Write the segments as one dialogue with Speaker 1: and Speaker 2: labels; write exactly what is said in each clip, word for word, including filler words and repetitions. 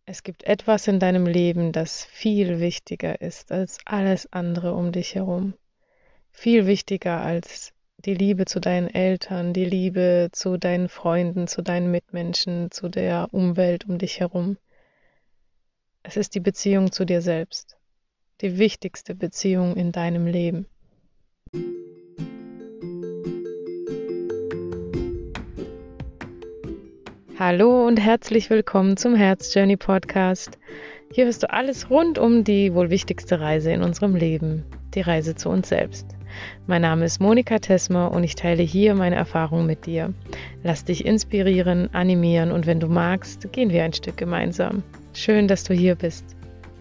Speaker 1: Es gibt etwas in deinem Leben, das viel wichtiger ist als alles andere um dich herum. Viel wichtiger als die Liebe zu deinen Eltern, die Liebe zu deinen Freunden, zu deinen Mitmenschen, zu der Umwelt um dich herum. Es ist die Beziehung zu dir selbst, die wichtigste Beziehung in deinem Leben. Hallo und herzlich willkommen zum Herzjourney Podcast. Hier hörst du alles rund um die wohl wichtigste Reise in unserem Leben, die Reise zu uns selbst. Mein Name ist Monika Tessmer und ich teile hier meine Erfahrungen mit dir. Lass dich inspirieren, animieren und wenn du magst, gehen wir ein Stück gemeinsam. Schön, dass du hier bist.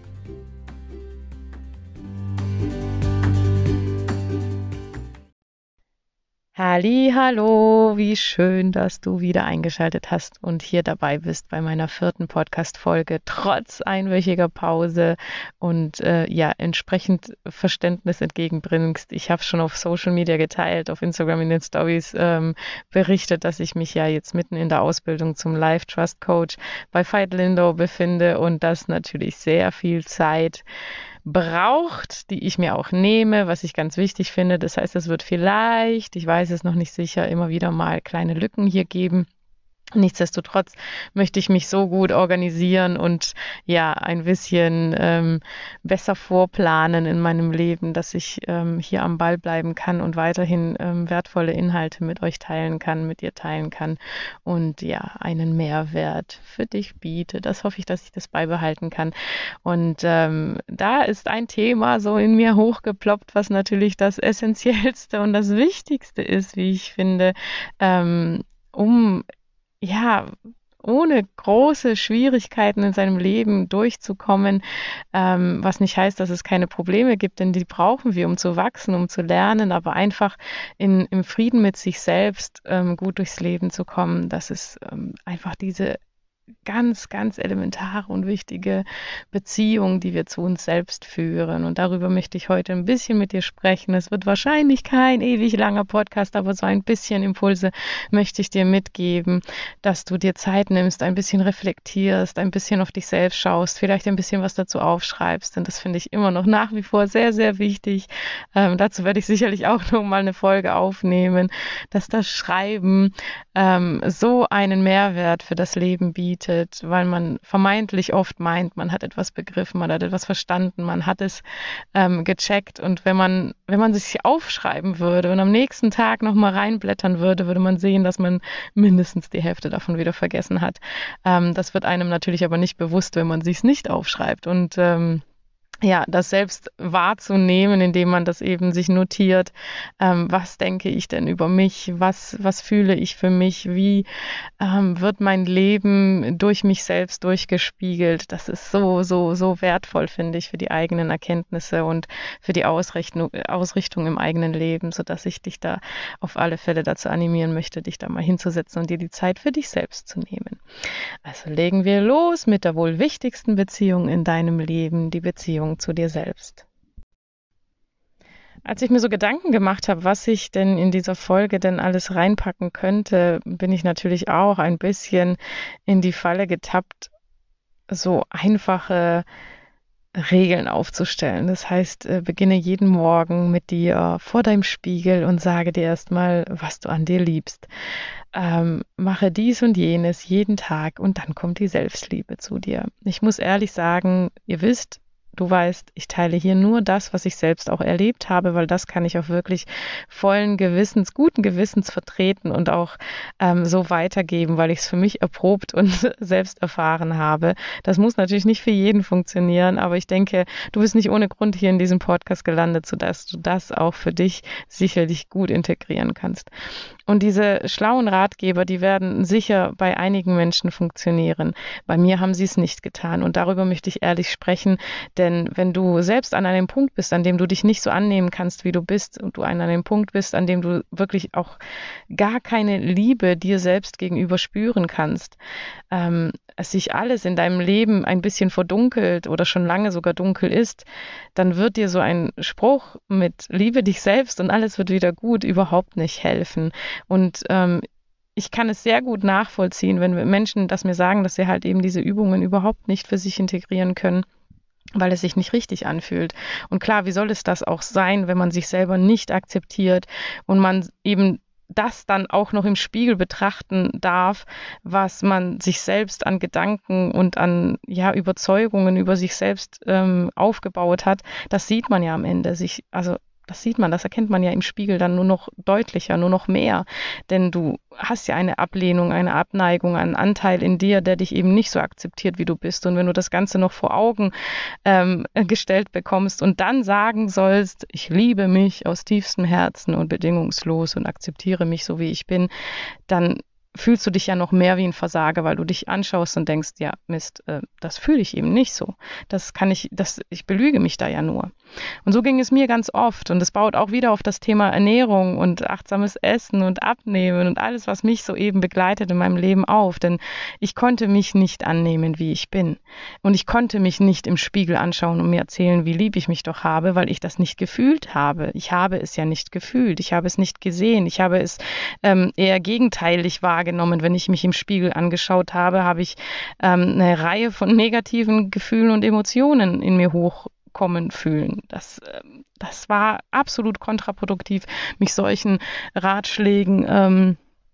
Speaker 1: Halli, hallo, wie schön, dass du wieder eingeschaltet hast und hier dabei bist bei meiner vierten Podcast-Folge, trotz einwöchiger Pause und äh, ja, entsprechend Verständnis entgegenbringst. Ich habe schon auf Social Media geteilt, auf Instagram in den Stories ähm, berichtet, dass ich mich ja jetzt mitten in der Ausbildung zum Life Trust Coach bei Veit Lindau befinde und das natürlich sehr viel Zeit braucht, die ich mir auch nehme, was ich ganz wichtig finde. Das heißt, es wird vielleicht, ich weiß es noch nicht sicher, immer wieder mal kleine Lücken hier geben. Nichtsdestotrotz möchte ich mich so gut organisieren und ja ein bisschen ähm, besser vorplanen in meinem Leben, dass ich ähm, hier am Ball bleiben kann und weiterhin ähm, wertvolle Inhalte mit euch teilen kann, mit dir teilen kann und ja einen Mehrwert für dich biete. Das hoffe ich, dass ich das beibehalten kann. Und ähm, da ist ein Thema so in mir hochgeploppt, was natürlich das Essentiellste und das Wichtigste ist, wie ich finde, ähm, um ja, ohne große Schwierigkeiten in seinem Leben durchzukommen, ähm, was nicht heißt, dass es keine Probleme gibt, denn die brauchen wir, um zu wachsen, um zu lernen, aber einfach in, im Frieden mit sich selbst ähm, gut durchs Leben zu kommen. Das ist ähm, einfach diese ganz, ganz elementare und wichtige Beziehung, die wir zu uns selbst führen. Und darüber möchte ich heute ein bisschen mit dir sprechen. Es wird wahrscheinlich kein ewig langer Podcast, aber so ein bisschen Impulse möchte ich dir mitgeben, dass du dir Zeit nimmst, ein bisschen reflektierst, ein bisschen auf dich selbst schaust, vielleicht ein bisschen was dazu aufschreibst. Denn das finde ich immer noch nach wie vor sehr, sehr wichtig. Ähm, dazu werde ich sicherlich auch noch mal eine Folge aufnehmen, dass das Schreiben ähm, so einen Mehrwert für das Leben bietet, weil man vermeintlich oft meint, man hat etwas begriffen, man hat etwas verstanden, man hat es ähm, gecheckt und wenn man, wenn man sich aufschreiben würde und am nächsten Tag nochmal reinblättern würde, würde man sehen, dass man mindestens die Hälfte davon wieder vergessen hat. Ähm, das wird einem natürlich aber nicht bewusst, wenn man sich es nicht aufschreibt und ähm, ja, das selbst wahrzunehmen, indem man das eben sich notiert, ähm, was denke ich denn über mich, was, was fühle ich für mich, wie ähm, wird mein Leben durch mich selbst durchgespiegelt. Das ist so, so, so wertvoll, finde ich, für die eigenen Erkenntnisse und für die Ausrichtung, Ausrichtung im eigenen Leben, sodass ich dich da auf alle Fälle dazu animieren möchte, dich da mal hinzusetzen und dir die Zeit für dich selbst zu nehmen. Also legen wir los mit der wohl wichtigsten Beziehung in deinem Leben, die Beziehung zu dir selbst. Als ich mir so Gedanken gemacht habe, was ich denn in dieser Folge denn alles reinpacken könnte, bin ich natürlich auch ein bisschen in die Falle getappt, so einfache Regeln aufzustellen. Das heißt, äh, beginne jeden Morgen mit dir vor deinem Spiegel und sage dir erstmal, was du an dir liebst. Ähm, mache dies und jenes jeden Tag und dann kommt die Selbstliebe zu dir. Ich muss ehrlich sagen, ihr wisst, du weißt, ich teile hier nur das, was ich selbst auch erlebt habe, weil das kann ich auch wirklich vollen Gewissens, guten Gewissens vertreten und auch ähm, so weitergeben, weil ich es für mich erprobt und selbst erfahren habe. Das muss natürlich nicht für jeden funktionieren, aber ich denke, du bist nicht ohne Grund hier in diesem Podcast gelandet, sodass du das auch für dich sicherlich gut integrieren kannst. Und diese schlauen Ratgeber, die werden sicher bei einigen Menschen funktionieren. Bei mir haben sie es nicht getan. Und darüber möchte ich ehrlich sprechen, denn wenn du selbst an einem Punkt bist, an dem du dich nicht so annehmen kannst, wie du bist, und du an einem Punkt bist, an dem du wirklich auch gar keine Liebe dir selbst gegenüber spüren kannst, ähm, es sich alles in deinem Leben ein bisschen verdunkelt oder schon lange sogar dunkel ist, dann wird dir so ein Spruch mit Liebe dich selbst und alles wird wieder gut überhaupt nicht helfen. Und ähm, ich kann es sehr gut nachvollziehen, wenn Menschen das mir sagen, dass sie halt eben diese Übungen überhaupt nicht für sich integrieren können, weil es sich nicht richtig anfühlt. Und klar, wie soll es das auch sein, wenn man sich selber nicht akzeptiert und man eben das dann auch noch im Spiegel betrachten darf, was man sich selbst an Gedanken und an ja, Überzeugungen über sich selbst ähm, aufgebaut hat. Das sieht man ja am Ende. Sich, also das sieht man, das erkennt man ja im Spiegel dann nur noch deutlicher, nur noch mehr. Denn du hast ja eine Ablehnung, eine Abneigung, einen Anteil in dir, der dich eben nicht so akzeptiert, wie du bist. Und wenn du das Ganze noch vor Augen ähm, gestellt bekommst und dann sagen sollst, ich liebe mich aus tiefstem Herzen und bedingungslos und akzeptiere mich so, wie ich bin, dann fühlst du dich ja noch mehr wie ein Versager, weil du dich anschaust und denkst, ja, Mist, äh, das fühle ich eben nicht so. Das kann ich, das, ich belüge mich da ja nur. Und so ging es mir ganz oft. Und es baut auch wieder auf das Thema Ernährung und achtsames Essen und Abnehmen und alles, was mich so eben begleitet in meinem Leben auf. Denn ich konnte mich nicht annehmen, wie ich bin. Und ich konnte mich nicht im Spiegel anschauen und mir erzählen, wie lieb ich mich doch habe, weil ich das nicht gefühlt habe. Ich habe es ja nicht gefühlt. Ich habe es nicht gesehen. Ich habe es ähm, eher gegenteilig wahrgenommen. Wenn ich mich im Spiegel angeschaut habe, habe ich ähm, eine Reihe von negativen Gefühlen und Emotionen in mir hochkommen fühlen. Das, ähm, das war absolut kontraproduktiv, mich solchen Ratschlägen ähm,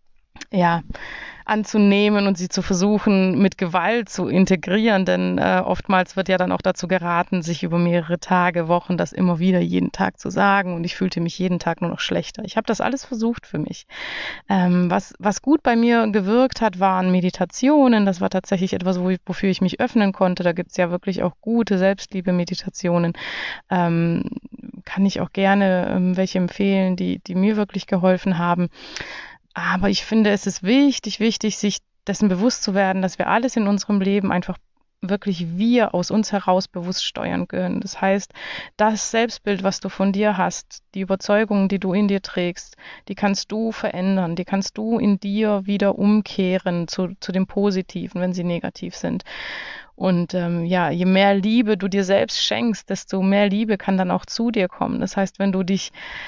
Speaker 1: ja, anzunehmen und sie zu versuchen, mit Gewalt zu integrieren, denn äh, oftmals wird ja dann auch dazu geraten, sich über mehrere Tage, Wochen das immer wieder jeden Tag zu sagen und ich fühlte mich jeden Tag nur noch schlechter. Ich habe das alles versucht für mich. Ähm, was, was gut bei mir gewirkt hat, waren Meditationen. Das war tatsächlich etwas, wo ich, wofür ich mich öffnen konnte. Da gibt es ja wirklich auch gute Selbstliebe-Meditationen. Ähm, kann ich auch gerne ähm, welche empfehlen, die, die mir wirklich geholfen haben. Aber ich finde, es ist wichtig, wichtig, sich dessen bewusst zu werden, dass wir alles in unserem Leben einfach wirklich wir aus uns heraus bewusst steuern können. Das heißt, das Selbstbild, was du von dir hast, die Überzeugungen, die du in dir trägst, die kannst du verändern, die kannst du in dir wieder umkehren zu, zu dem Positiven, wenn sie negativ sind. Und ähm, ja, je mehr Liebe du dir selbst schenkst, desto mehr Liebe kann dann auch zu dir kommen. Das heißt, wenn du dich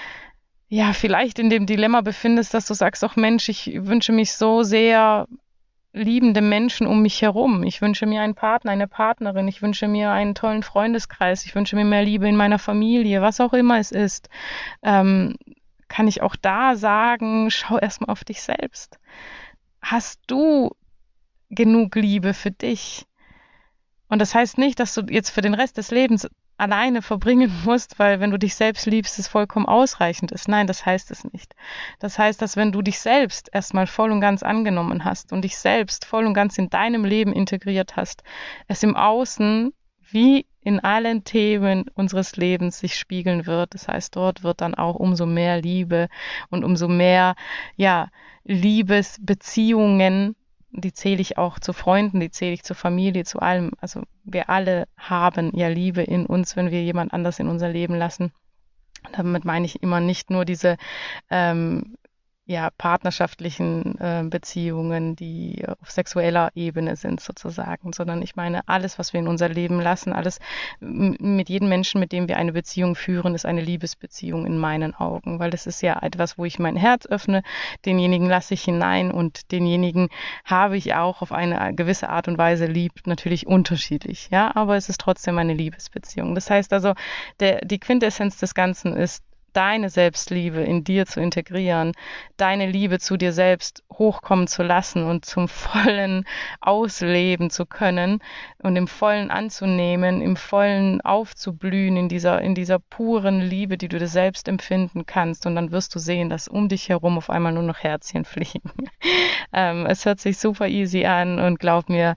Speaker 1: ja, vielleicht in dem Dilemma befindest, dass du sagst, ach Mensch, ich wünsche mich so sehr liebende Menschen um mich herum. Ich wünsche mir einen Partner, eine Partnerin. Ich wünsche mir einen tollen Freundeskreis. Ich wünsche mir mehr Liebe in meiner Familie, was auch immer es ist. Ähm, kann ich auch da sagen, schau erstmal auf dich selbst. Hast du genug Liebe für dich? Und das heißt nicht, dass du jetzt für den Rest des Lebens alleine verbringen musst, weil wenn du dich selbst liebst, es vollkommen ausreichend ist. Nein, das heißt es nicht. Das heißt, dass wenn du dich selbst erstmal voll und ganz angenommen hast und dich selbst voll und ganz in deinem Leben integriert hast, es im Außen wie in allen Themen unseres Lebens sich spiegeln wird. Das heißt, dort wird dann auch umso mehr Liebe und umso mehr, ja, Liebesbeziehungen. Die zähle ich auch zu Freunden, die zähle ich zur Familie, zu allem. Also wir alle haben ja Liebe in uns, wenn wir jemand anders in unser Leben lassen. Damit meine ich immer nicht nur diese ähm, ja, partnerschaftlichen äh, Beziehungen, die auf sexueller Ebene sind sozusagen, sondern ich meine, alles, was wir in unser Leben lassen, alles m- mit jedem Menschen, mit dem wir eine Beziehung führen, ist eine Liebesbeziehung in meinen Augen, weil das ist ja etwas, wo ich mein Herz öffne, denjenigen lasse ich hinein und denjenigen habe ich auch auf eine gewisse Art und Weise lieb, natürlich unterschiedlich, ja, aber es ist trotzdem eine Liebesbeziehung. Das heißt also, der, die Quintessenz des Ganzen ist, deine Selbstliebe in dir zu integrieren, deine Liebe zu dir selbst hochkommen zu lassen und zum vollen ausleben zu können und im Vollen anzunehmen, im Vollen aufzublühen in dieser, in dieser puren Liebe, die du dir selbst empfinden kannst. Und dann wirst du sehen, dass um dich herum auf einmal nur noch Herzchen fliegen. ähm, es hört sich super easy an und glaub mir,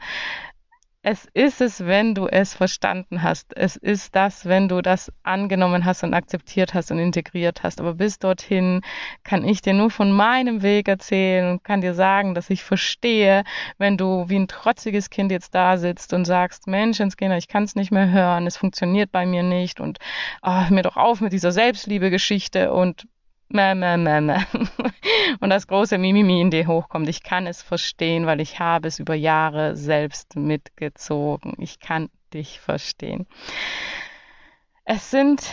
Speaker 1: es ist es, wenn du es verstanden hast. Es ist das, wenn du das angenommen hast und akzeptiert hast und integriert hast. Aber bis dorthin kann ich dir nur von meinem Weg erzählen und kann dir sagen, dass ich verstehe, wenn du wie ein trotziges Kind jetzt da sitzt und sagst, Menschenskinder, ich kann es nicht mehr hören, es funktioniert bei mir nicht und oh, mir doch auf mit dieser Selbstliebe-Geschichte und Mäh, mäh, mäh, mäh. Und das große Mimimi in dir hochkommt. Ich kann es verstehen, weil ich habe es über Jahre selbst mitgezogen. Ich kann dich verstehen. Es sind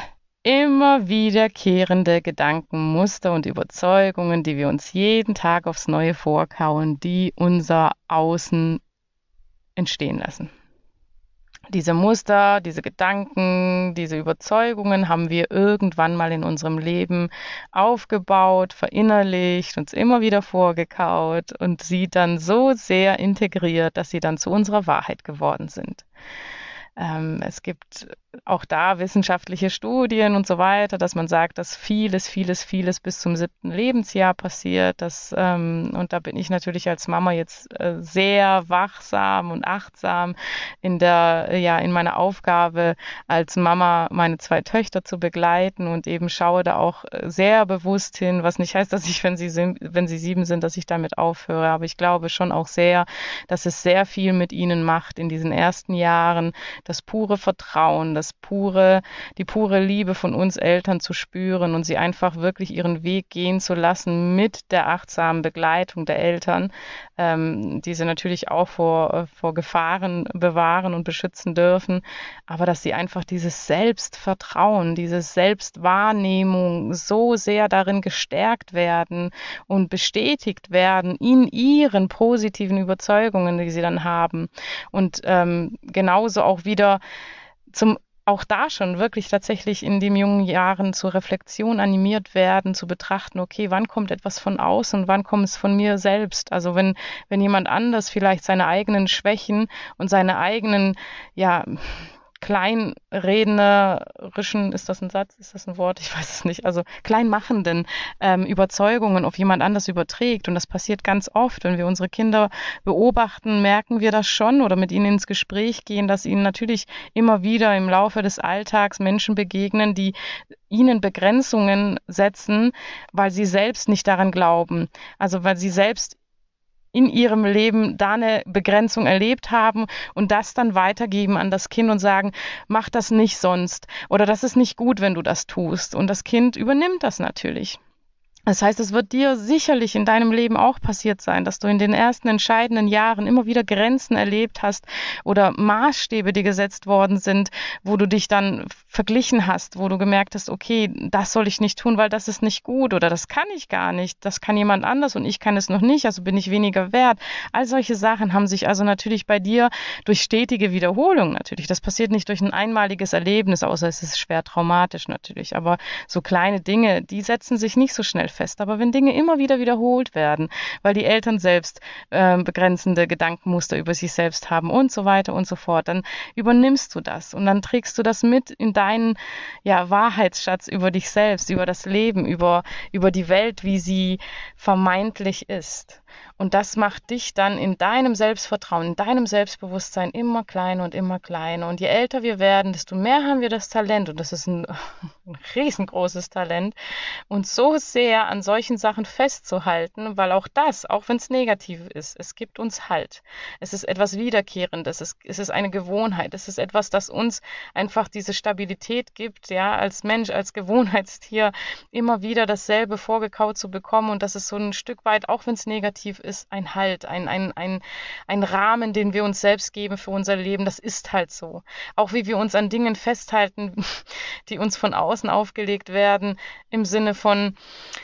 Speaker 1: immer wiederkehrende Gedankenmuster und Überzeugungen, die wir uns jeden Tag aufs Neue vorkauen, die unser Außen entstehen lassen. Diese Muster, diese Gedanken, diese Überzeugungen haben wir irgendwann mal in unserem Leben aufgebaut, verinnerlicht, uns immer wieder vorgekaut und sie dann so sehr integriert, dass sie dann zu unserer Wahrheit geworden sind. Ähm, es gibt auch da wissenschaftliche Studien und so weiter, dass man sagt, dass vieles, vieles, vieles bis zum siebten Lebensjahr passiert. Dass, ähm, und da bin ich natürlich als Mama jetzt äh, sehr wachsam und achtsam in der, ja, in meiner Aufgabe als Mama, meine zwei Töchter zu begleiten und eben schaue da auch sehr bewusst hin, was nicht heißt, dass ich, wenn sie, wenn sie sieben sind, dass ich damit aufhöre. Aber ich glaube schon auch sehr, dass es sehr viel mit ihnen macht in diesen ersten Jahren, das pure Vertrauen, das pure, die pure Liebe von uns Eltern zu spüren und sie einfach wirklich ihren Weg gehen zu lassen mit der achtsamen Begleitung der Eltern, ähm, die sie natürlich auch vor, vor Gefahren bewahren und beschützen dürfen, aber dass sie einfach dieses Selbstvertrauen, diese Selbstwahrnehmung so sehr darin gestärkt werden und bestätigt werden in ihren positiven Überzeugungen, die sie dann haben und ähm, genauso auch wieder zum auch da schon wirklich tatsächlich in den jungen Jahren zur Reflexion animiert werden, zu betrachten, okay, wann kommt etwas von außen und wann kommt es von mir selbst? Also wenn, wenn jemand anders vielleicht seine eigenen Schwächen und seine eigenen, ja, kleinrednerischen, ist das ein Satz, ist das ein Wort, ich weiß es nicht, also kleinmachenden ähm, Überzeugungen auf jemand anders überträgt. Und das passiert ganz oft, wenn wir unsere Kinder beobachten, merken wir das schon oder mit ihnen ins Gespräch gehen, dass ihnen natürlich immer wieder im Laufe des Alltags Menschen begegnen, die ihnen Begrenzungen setzen, weil sie selbst nicht daran glauben. Also weil sie selbst in ihrem Leben da eine Begrenzung erlebt haben und das dann weitergeben an das Kind und sagen, mach das nicht sonst oder das ist nicht gut, wenn du das tust. Und das Kind übernimmt das natürlich. Das heißt, es wird dir sicherlich in deinem Leben auch passiert sein, dass du in den ersten entscheidenden Jahren immer wieder Grenzen erlebt hast oder Maßstäbe, die gesetzt worden sind, wo du dich dann verglichen hast, wo du gemerkt hast, okay, das soll ich nicht tun, weil das ist nicht gut oder das kann ich gar nicht, das kann jemand anders und ich kann es noch nicht, also bin ich weniger wert. All solche Sachen haben sich also natürlich bei dir durch stetige Wiederholung natürlich, das passiert nicht durch ein einmaliges Erlebnis, außer es ist schwer traumatisch natürlich, aber so kleine Dinge, die setzen sich nicht so schnell fest. Aber wenn Dinge immer wieder wiederholt werden, weil die Eltern selbst äh, begrenzende Gedankenmuster über sich selbst haben und so weiter und so fort, dann übernimmst du das und dann trägst du das mit in deinen ja, Wahrheitsschatz über dich selbst, über das Leben, über, über die Welt, wie sie vermeintlich ist. Und das macht dich dann in deinem Selbstvertrauen, in deinem Selbstbewusstsein immer kleiner und immer kleiner. Und je älter wir werden, desto mehr haben wir das Talent, und das ist ein, ein riesengroßes Talent, uns so sehr an solchen Sachen festzuhalten, weil auch das, auch wenn es negativ ist, es gibt uns Halt. Es ist etwas Wiederkehrendes, es, es ist eine Gewohnheit, es ist etwas, das uns einfach diese Stabilität gibt, ja, als Mensch, als Gewohnheitstier immer wieder dasselbe vorgekaut zu bekommen, und das ist so ein Stück weit, auch wenn es negativ ist, ein Halt, ein, ein, ein, ein Rahmen, den wir uns selbst geben für unser Leben. Das ist halt so. Auch wie wir uns an Dingen festhalten, die uns von außen aufgelegt werden, im Sinne von,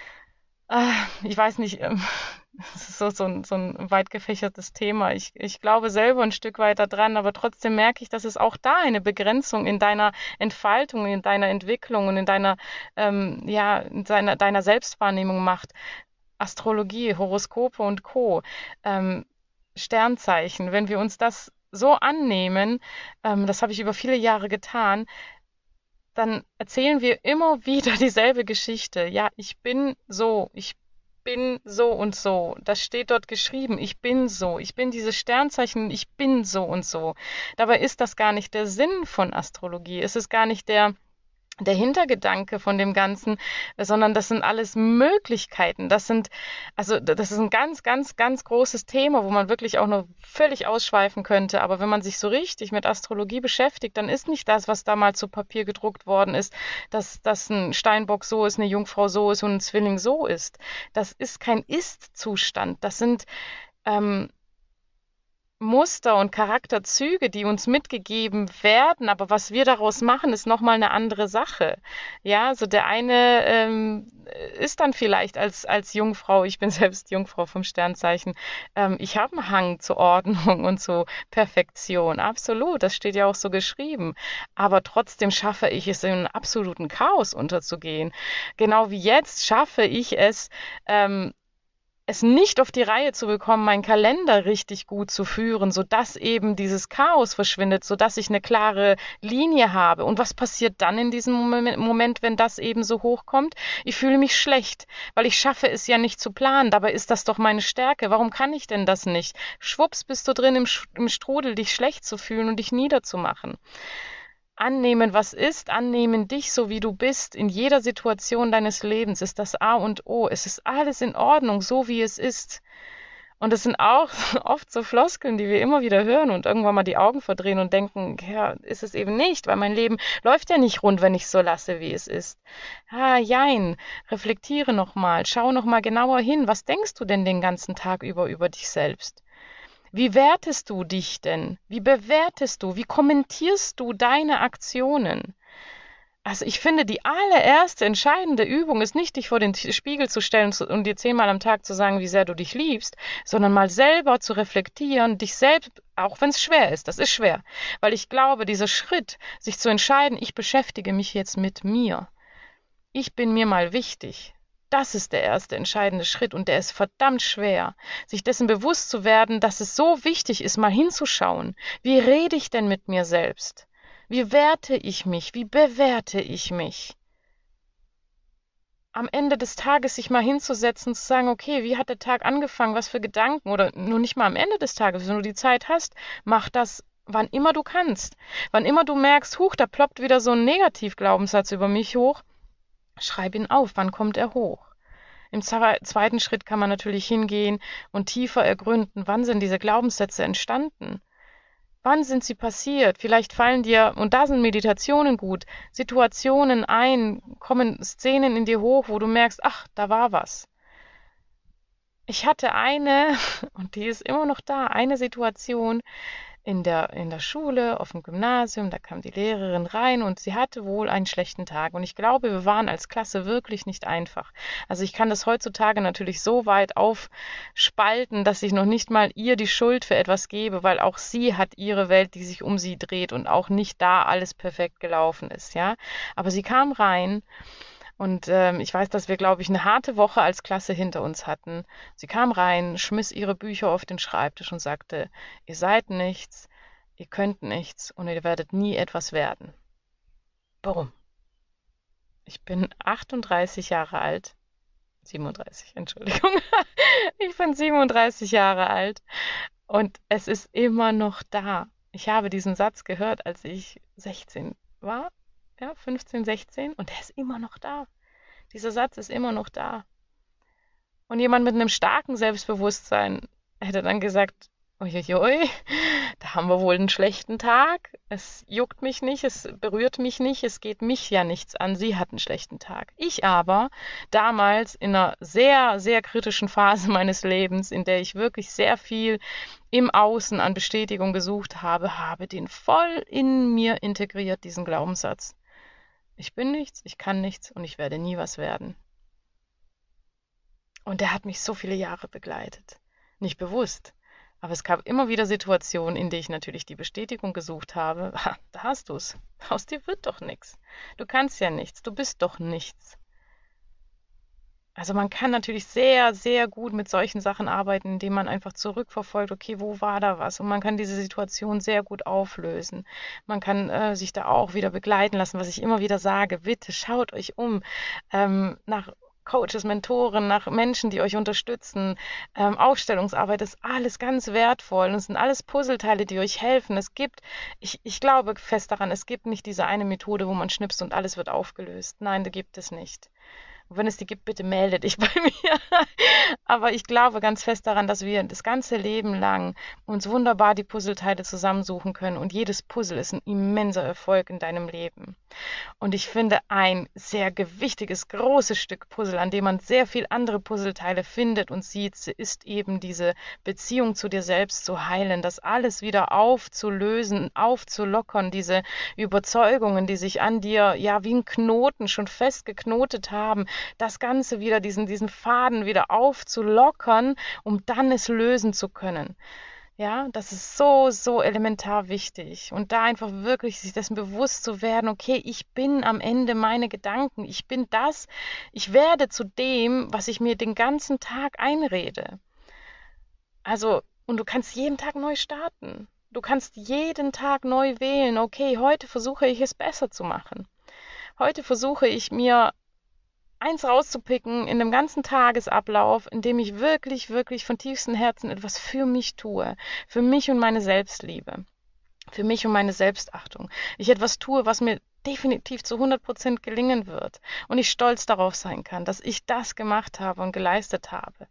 Speaker 1: äh, ich weiß nicht, äh, das ist so, so, ein, so ein weit gefächertes Thema. Ich, ich glaube selber ein Stück weiter dran, aber trotzdem merke ich, dass es auch da eine Begrenzung in deiner Entfaltung, in deiner Entwicklung und in deiner, ähm, ja, in deiner, deiner Selbstwahrnehmung macht. Astrologie, Horoskope und Co., ähm, Sternzeichen, wenn wir uns das so annehmen, ähm, das habe ich über viele Jahre getan, dann erzählen wir immer wieder dieselbe Geschichte. Ja, ich bin so, ich bin so und so. Das steht dort geschrieben. Ich bin so. Ich bin dieses Sternzeichen. Ich bin so und so. Dabei ist das gar nicht der Sinn von Astrologie. Es ist gar nicht der der Hintergedanke von dem Ganzen, sondern das sind alles Möglichkeiten. Das sind, also das ist ein ganz, ganz, ganz großes Thema, wo man wirklich auch nur völlig ausschweifen könnte. Aber wenn man sich so richtig mit Astrologie beschäftigt, dann ist nicht das, was da mal zu Papier gedruckt worden ist, dass, dass ein Steinbock so ist, eine Jungfrau so ist und ein Zwilling so ist. Das ist kein Ist-Zustand. Das sind ähm, Muster und Charakterzüge, die uns mitgegeben werden, aber was wir daraus machen, ist nochmal eine andere Sache. Ja, so der eine ähm, ist dann vielleicht als, als Jungfrau, ich bin selbst Jungfrau vom Sternzeichen, ähm, ich habe einen Hang zur Ordnung und zur Perfektion, absolut, das steht ja auch so geschrieben, aber trotzdem schaffe ich es, in einen absoluten Chaos unterzugehen. Genau wie jetzt schaffe ich es, ähm, es nicht auf die Reihe zu bekommen, meinen Kalender richtig gut zu führen, sodass eben dieses Chaos verschwindet, sodass ich eine klare Linie habe. Und was passiert dann in diesem Moment, wenn das eben so hochkommt? Ich fühle mich schlecht, weil ich schaffe es ja nicht zu planen. Dabei ist das doch meine Stärke. Warum kann ich denn das nicht? Schwupps bist du drin im, im Strudel, dich schlecht zu fühlen und dich niederzumachen. Annehmen, was ist, annehmen dich so wie du bist, in jeder Situation deines Lebens ist das A und O. Es ist alles in Ordnung, so wie es ist. Und es sind auch oft so Floskeln, die wir immer wieder hören und irgendwann mal die Augen verdrehen und denken, ja, ist es eben nicht, weil mein Leben läuft ja nicht rund, wenn ich es so lasse, wie es ist. Ah, jein, reflektiere nochmal, schau nochmal genauer hin. Was denkst du denn den ganzen Tag über über dich selbst? Wie wertest du dich denn? Wie bewertest du? Wie kommentierst du deine Aktionen? Also ich finde, die allererste entscheidende Übung ist nicht, dich vor den Spiegel zu stellen und dir zehnmal am Tag zu sagen, wie sehr du dich liebst, sondern mal selber zu reflektieren, dich selbst, auch wenn es schwer ist, das ist schwer, weil ich glaube, dieser Schritt, sich zu entscheiden, ich beschäftige mich jetzt mit mir, ich bin mir mal wichtig, das ist der erste entscheidende Schritt und der ist verdammt schwer, sich dessen bewusst zu werden, dass es so wichtig ist, mal hinzuschauen. Wie rede ich denn mit mir selbst? Wie werte ich mich? Wie bewerte ich mich? Am Ende des Tages sich mal hinzusetzen, zu sagen, okay, wie hat der Tag angefangen? Was für Gedanken? Oder nur nicht mal am Ende des Tages, wenn du die Zeit hast, mach das, wann immer du kannst. Wann immer du merkst, huch, da ploppt wieder so ein Negativglaubenssatz über mich hoch, schreib ihn auf, wann kommt er hoch? Im zweiten Schritt kann man natürlich hingehen und tiefer ergründen, wann sind diese Glaubenssätze entstanden? Wann sind sie passiert? Vielleicht fallen dir, und da sind Meditationen gut, Situationen ein, kommen Szenen in dir hoch, wo du merkst, ach, da war was. Ich hatte eine, und die ist immer noch da, eine Situation, in der, in der Schule, auf dem Gymnasium, da kam die Lehrerin rein und sie hatte wohl einen schlechten Tag. Und ich glaube, wir waren als Klasse wirklich nicht einfach. Also ich kann das heutzutage natürlich so weit aufspalten, dass ich noch nicht mal ihr die Schuld für etwas gebe, weil auch sie hat ihre Welt, die sich um sie dreht und auch nicht da alles perfekt gelaufen ist, ja. Aber sie kam rein. Und ähm, ich weiß, dass wir, glaube ich, eine harte Woche als Klasse hinter uns hatten. Sie kam rein, schmiss ihre Bücher auf den Schreibtisch und sagte, ihr seid nichts, ihr könnt nichts und ihr werdet nie etwas werden. Warum? Ich bin achtunddreißig Jahre alt. siebenunddreißig, Entschuldigung. Ich bin siebenunddreißig Jahre alt und es ist immer noch da. Ich habe diesen Satz gehört, als ich sechzehn war. Ja, fünfzehn, sechzehn und der ist immer noch da. Dieser Satz ist immer noch da. Und jemand mit einem starken Selbstbewusstsein hätte dann gesagt, uiuiui, da haben wir wohl einen schlechten Tag. Es juckt mich nicht, es berührt mich nicht, es geht mich ja nichts an. Sie hat einen schlechten Tag. Ich aber, damals in einer sehr, sehr kritischen Phase meines Lebens, in der ich wirklich sehr viel im Außen an Bestätigung gesucht habe, habe den voll in mir integriert, diesen Glaubenssatz. Ich bin nichts, ich kann nichts und ich werde nie was werden. Und der hat mich so viele Jahre begleitet. Nicht bewusst, aber es gab immer wieder Situationen, in denen ich natürlich die Bestätigung gesucht habe. Ha, da hast du es. Aus dir wird doch nichts. Du kannst ja nichts, du bist doch nichts. Also man kann natürlich sehr, sehr gut mit solchen Sachen arbeiten, indem man einfach zurückverfolgt, okay, wo war da was? Und man kann diese Situation sehr gut auflösen. Man kann äh, sich da auch wieder begleiten lassen, was ich immer wieder sage. Bitte schaut euch um ähm, nach Coaches, Mentoren, nach Menschen, die euch unterstützen. Ähm, Aufstellungsarbeit ist alles ganz wertvoll und es sind alles Puzzleteile, die euch helfen. Es gibt, ich, ich glaube fest daran, es gibt nicht diese eine Methode, wo man schnipst und alles wird aufgelöst. Nein, die gibt es nicht. Und wenn es die gibt, bitte melde dich bei mir. Aber ich glaube ganz fest daran, dass wir das ganze Leben lang uns wunderbar die Puzzleteile zusammensuchen können und jedes Puzzle ist ein immenser Erfolg in deinem Leben. Und ich finde, ein sehr gewichtiges, großes Stück Puzzle, an dem man sehr viel andere Puzzleteile findet und sieht, ist eben diese Beziehung zu dir selbst zu heilen, das alles wieder aufzulösen, aufzulockern, diese Überzeugungen, die sich an dir, ja, wie ein Knoten schon festgeknotet haben, das Ganze wieder, diesen, diesen Faden wieder aufzulockern, um dann es lösen zu können. Ja, das ist so, so elementar wichtig. Und da einfach wirklich sich dessen bewusst zu werden, okay, ich bin am Ende meine Gedanken. Ich bin das, ich werde zu dem, was ich mir den ganzen Tag einrede. Also, und du kannst jeden Tag neu starten. Du kannst jeden Tag neu wählen. Okay, heute versuche ich es besser zu machen. Heute versuche ich mir eins rauszupicken in dem ganzen Tagesablauf, in dem ich wirklich, wirklich von tiefstem Herzen etwas für mich tue, für mich und meine Selbstliebe, für mich und meine Selbstachtung. Ich etwas tue, was mir definitiv zu hundert Prozent gelingen wird und ich stolz darauf sein kann, dass ich das gemacht habe und geleistet habe.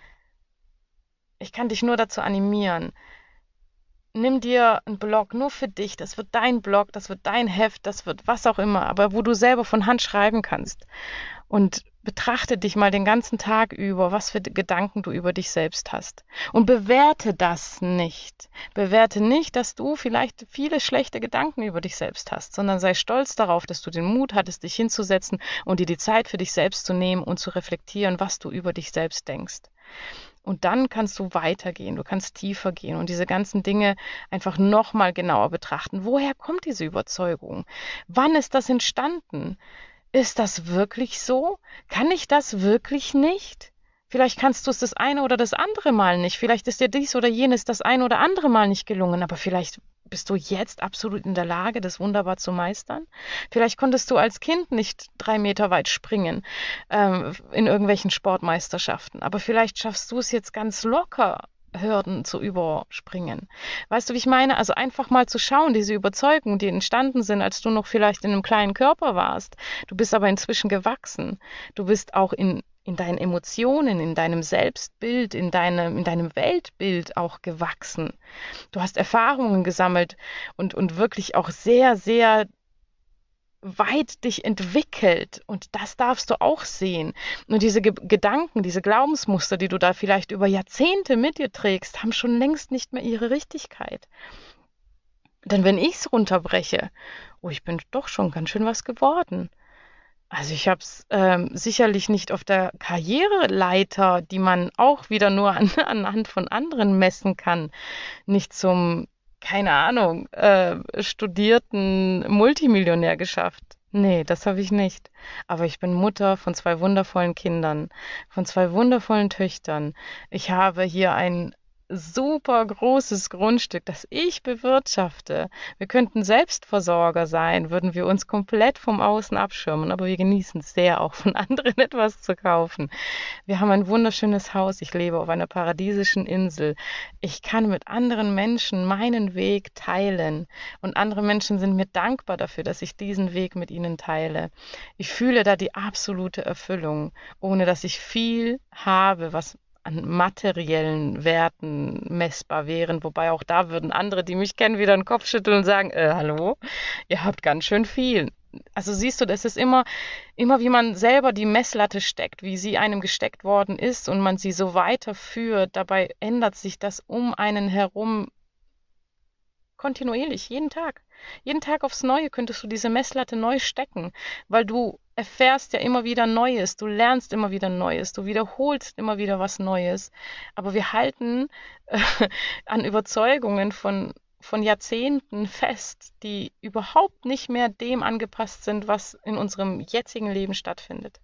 Speaker 1: Ich kann dich nur dazu animieren, nimm dir einen Blog nur für dich, das wird dein Blog, das wird dein Heft, das wird was auch immer, aber wo du selber von Hand schreiben kannst. Und betrachte dich mal den ganzen Tag über, was für Gedanken du über dich selbst hast. Und bewerte das nicht. Bewerte nicht, dass du vielleicht viele schlechte Gedanken über dich selbst hast, sondern sei stolz darauf, dass du den Mut hattest, dich hinzusetzen und dir die Zeit für dich selbst zu nehmen und zu reflektieren, was du über dich selbst denkst. Und dann kannst du weitergehen, du kannst tiefer gehen und diese ganzen Dinge einfach nochmal genauer betrachten. Woher kommt diese Überzeugung? Wann ist das entstanden? Ist das wirklich so? Kann ich das wirklich nicht? Vielleicht kannst du es das eine oder das andere Mal nicht. Vielleicht ist dir dies oder jenes das eine oder andere Mal nicht gelungen, aber vielleicht bist du jetzt absolut in der Lage, das wunderbar zu meistern. Vielleicht konntest du als Kind nicht drei Meter weit springen ähm, in irgendwelchen Sportmeisterschaften, aber vielleicht schaffst du es jetzt ganz locker, Hürden zu überspringen. Weißt du, wie ich meine? Also einfach mal zu schauen, diese Überzeugungen, die entstanden sind, als du noch vielleicht in einem kleinen Körper warst. Du bist aber inzwischen gewachsen. Du bist auch in, in deinen Emotionen, in deinem Selbstbild, in deinem, in deinem Weltbild auch gewachsen. Du hast Erfahrungen gesammelt und, und wirklich auch sehr, sehr weit dich entwickelt und das darfst du auch sehen. Und diese Ge- Gedanken, diese Glaubensmuster, die du da vielleicht über Jahrzehnte mit dir trägst, haben schon längst nicht mehr ihre Richtigkeit. Denn wenn ich es runterbreche, oh, ich bin doch schon ganz schön was geworden. Also ich habe es ähm, sicherlich nicht auf der Karriereleiter, die man auch wieder nur an, anhand von anderen messen kann, nicht zum keine Ahnung, äh, studierten Multimillionär geschafft. Nee, das habe ich nicht. Aber ich bin Mutter von zwei wundervollen Kindern, von zwei wundervollen Töchtern. Ich habe hier ein super großes Grundstück, das ich bewirtschafte. Wir könnten Selbstversorger sein, würden wir uns komplett vom Außen abschirmen, aber wir genießen es sehr, auch von anderen etwas zu kaufen. Wir haben ein wunderschönes Haus. Ich lebe auf einer paradiesischen Insel. Ich kann mit anderen Menschen meinen Weg teilen. Und andere Menschen sind mir dankbar dafür, dass ich diesen Weg mit ihnen teile. Ich fühle da die absolute Erfüllung, ohne dass ich viel habe, was an materiellen Werten messbar wären. Wobei auch da würden andere, die mich kennen, wieder den Kopf schütteln und sagen, äh, hallo, ihr habt ganz schön viel. Also siehst du, das ist immer, immer wie man selber die Messlatte steckt, wie sie einem gesteckt worden ist und man sie so weiterführt. Dabei ändert sich das um einen herum kontinuierlich, jeden Tag. Jeden Tag aufs Neue könntest du diese Messlatte neu stecken, weil du erfährst ja immer wieder Neues, du lernst immer wieder Neues, du wiederholst immer wieder was Neues. Aber wir halten äh, an Überzeugungen von von Jahrzehnten fest, die überhaupt nicht mehr dem angepasst sind, was in unserem jetzigen Leben stattfindet.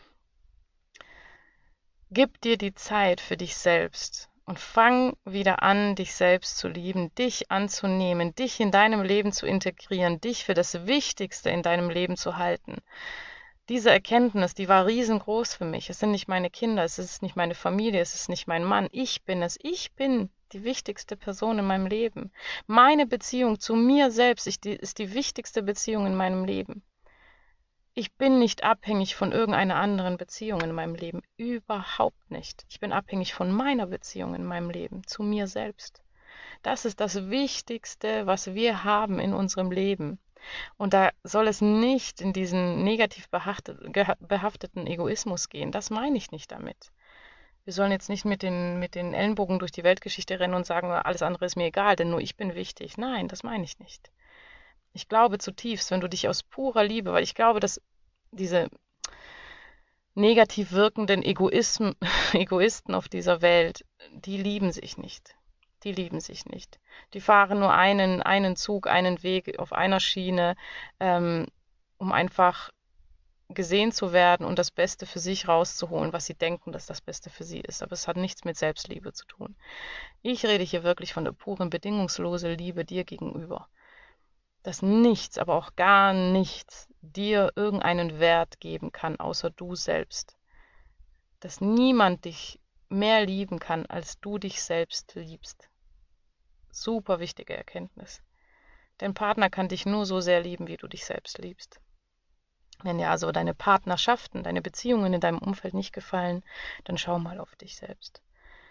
Speaker 1: Gib dir die Zeit für dich selbst und fang wieder an, dich selbst zu lieben, dich anzunehmen, dich in deinem Leben zu integrieren, dich für das Wichtigste in deinem Leben zu halten. Diese Erkenntnis, die war riesengroß für mich. Es sind nicht meine Kinder, es ist nicht meine Familie, es ist nicht mein Mann. Ich bin es. Ich bin die wichtigste Person in meinem Leben. Meine Beziehung zu mir selbst ist die, ist die wichtigste Beziehung in meinem Leben. Ich bin nicht abhängig von irgendeiner anderen Beziehung in meinem Leben. Überhaupt nicht. Ich bin abhängig von meiner Beziehung in meinem Leben, zu mir selbst. Das ist das Wichtigste, was wir haben in unserem Leben. Und da soll es nicht in diesen negativ behaftet, geha- behafteten Egoismus gehen. Das meine ich nicht damit. Wir sollen jetzt nicht mit den, mit den Ellenbogen durch die Weltgeschichte rennen und sagen, alles andere ist mir egal, denn nur ich bin wichtig. Nein, das meine ich nicht. Ich glaube zutiefst, wenn du dich aus purer Liebe, weil ich glaube, dass diese negativ wirkenden Egoismen, Egoisten auf dieser Welt, die lieben sich nicht. Die lieben sich nicht. Die fahren nur einen, einen Zug, einen Weg auf einer Schiene, ähm, um einfach gesehen zu werden und das Beste für sich rauszuholen, was sie denken, dass das Beste für sie ist. Aber es hat nichts mit Selbstliebe zu tun. Ich rede hier wirklich von der puren, bedingungslosen Liebe dir gegenüber. Dass nichts, aber auch gar nichts dir irgendeinen Wert geben kann, außer du selbst. Dass niemand dich mehr lieben kann, als du dich selbst liebst. Super wichtige Erkenntnis. Dein Partner kann dich nur so sehr lieben, wie du dich selbst liebst. Wenn dir also deine Partnerschaften, deine Beziehungen in deinem Umfeld nicht gefallen, dann schau mal auf dich selbst.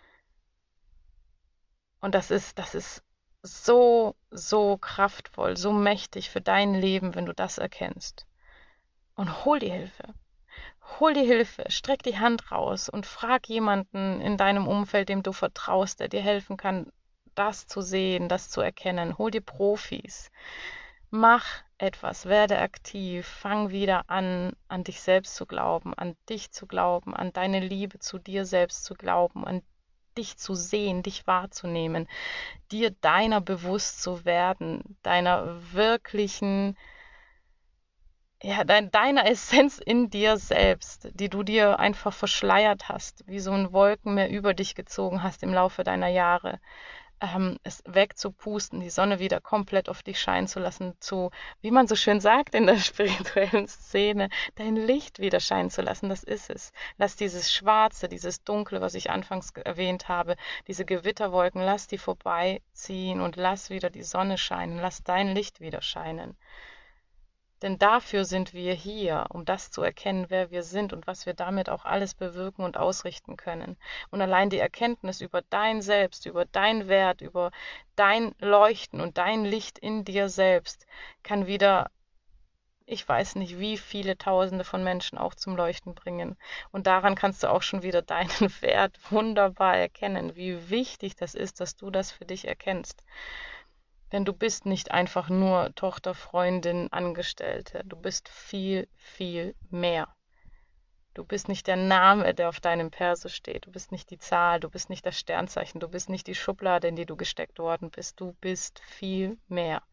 Speaker 1: Und das ist, das ist so, so kraftvoll, so mächtig für dein Leben, wenn du das erkennst. Und hol die Hilfe. Hol die Hilfe, streck die Hand raus und frag jemanden in deinem Umfeld, dem du vertraust, der dir helfen kann, das zu sehen, das zu erkennen. Hol dir Profis. Mach etwas, werde aktiv, fang wieder an, an dich selbst zu glauben, an dich zu glauben, an deine Liebe zu dir selbst zu glauben, an dich zu sehen, dich wahrzunehmen, dir deiner bewusst zu werden, deiner wirklichen, ja, dein, deiner Essenz in dir selbst, die du dir einfach verschleiert hast, wie so ein Wolkenmeer über dich gezogen hast im Laufe deiner Jahre. Ähm, es wegzupusten, die Sonne wieder komplett auf dich scheinen zu lassen, zu, wie man so schön sagt in der spirituellen Szene, dein Licht wieder scheinen zu lassen, das ist es. Lass dieses Schwarze, dieses Dunkle, was ich anfangs erwähnt habe, diese Gewitterwolken, lass die vorbeiziehen und lass wieder die Sonne scheinen, lass dein Licht wieder scheinen. Denn dafür sind wir hier, um das zu erkennen, wer wir sind und was wir damit auch alles bewirken und ausrichten können. Und allein die Erkenntnis über dein Selbst, über dein Wert, über dein Leuchten und dein Licht in dir selbst kann wieder, ich weiß nicht, wie viele Tausende von Menschen auch zum Leuchten bringen. Und daran kannst du auch schon wieder deinen Wert wunderbar erkennen, wie wichtig das ist, dass du das für dich erkennst. Denn du bist nicht einfach nur Tochter, Freundin, Angestellte. Du bist viel, viel mehr. Du bist nicht der Name, der auf deinem Perso steht. Du bist nicht die Zahl, du bist nicht das Sternzeichen, du bist nicht die Schublade, in die du gesteckt worden bist. Du bist viel mehr.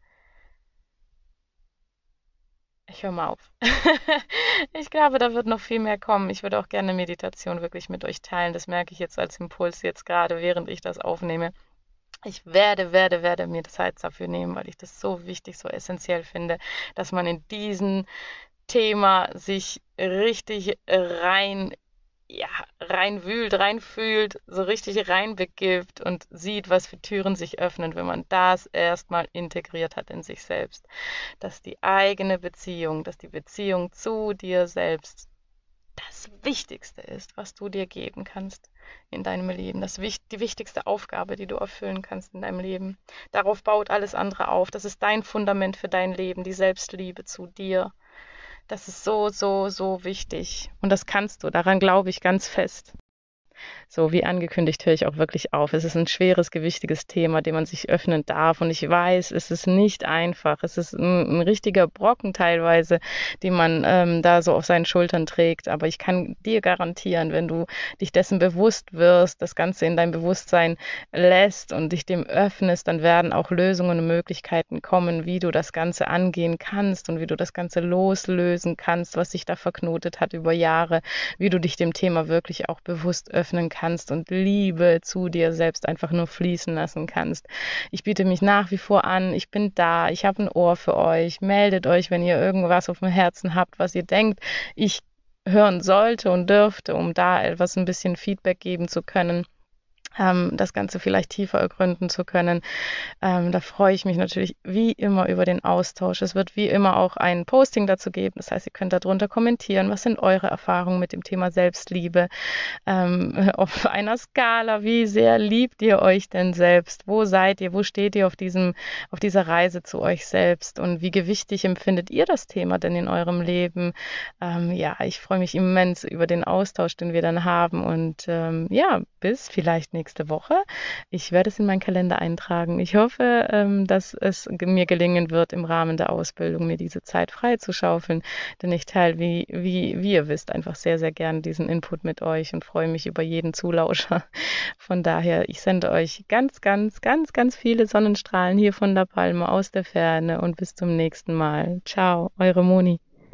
Speaker 1: Ich höre mal auf. Ich glaube, da wird noch viel mehr kommen. Ich würde auch gerne Meditation wirklich mit euch teilen. Das merke ich jetzt als Impuls, jetzt gerade, während ich das aufnehme. Ich werde, werde, werde mir Zeit dafür nehmen, weil ich das so wichtig, so essentiell finde, dass man in diesem Thema sich richtig rein, ja, reinwühlt, reinfühlt, so richtig reinbegibt und sieht, was für Türen sich öffnen, wenn man das erstmal integriert hat in sich selbst. Dass die eigene Beziehung, dass die Beziehung zu dir selbst das Wichtigste ist, was du dir geben kannst in deinem Leben. Das, die wichtigste Aufgabe, die du erfüllen kannst in deinem Leben. Darauf baut alles andere auf. Das ist dein Fundament für dein Leben, die Selbstliebe zu dir. Das ist so, so, so wichtig. Und das kannst du. Daran glaube ich ganz fest. So, wie angekündigt, höre ich auch wirklich auf. Es ist ein schweres, gewichtiges Thema, dem man sich öffnen darf. Und ich weiß, es ist nicht einfach. Es ist ein, ein richtiger Brocken teilweise, den man ähm, da so auf seinen Schultern trägt. Aber ich kann dir garantieren, wenn du dich dessen bewusst wirst, das Ganze in dein Bewusstsein lässt und dich dem öffnest, dann werden auch Lösungen und Möglichkeiten kommen, wie du das Ganze angehen kannst und wie du das Ganze loslösen kannst, was sich da verknotet hat über Jahre, wie du dich dem Thema wirklich auch bewusst öffnen kannst und Liebe zu dir selbst einfach nur fließen lassen kannst. Ich biete mich nach wie vor an, ich bin da, ich habe ein Ohr für euch, meldet euch, wenn ihr irgendwas auf dem Herzen habt, was ihr denkt, ich hören sollte und dürfte, um da etwas ein bisschen Feedback geben zu können. ähm, das Ganze vielleicht tiefer ergründen zu können. Ähm, da freue ich mich natürlich wie immer über den Austausch. Es wird wie immer auch ein Posting dazu geben. Das heißt, ihr könnt darunter kommentieren. Was sind eure Erfahrungen mit dem Thema Selbstliebe? Ähm, auf einer Skala, wie sehr liebt ihr euch denn selbst? Wo seid ihr? Wo steht ihr auf diesem, auf dieser Reise zu euch selbst? Und wie gewichtig empfindet ihr das Thema denn in eurem Leben? Ähm, ja, ich freue mich immens über den Austausch, den wir dann haben. Und ähm, ja, bis vielleicht nächste Woche. Ich werde es in meinen Kalender eintragen. Ich hoffe, ähm, dass es mir gelingen wird, im Rahmen der Ausbildung mir diese Zeit freizuschaufeln, denn ich teile, wie, wie, wie ihr wisst, einfach sehr, sehr gerne diesen Input mit euch und freue mich über jeden Zulauscher. Von daher, ich sende euch ganz, ganz, ganz, ganz viele Sonnenstrahlen hier von La Palma aus der Ferne und bis zum nächsten Mal. Ciao, eure Moni.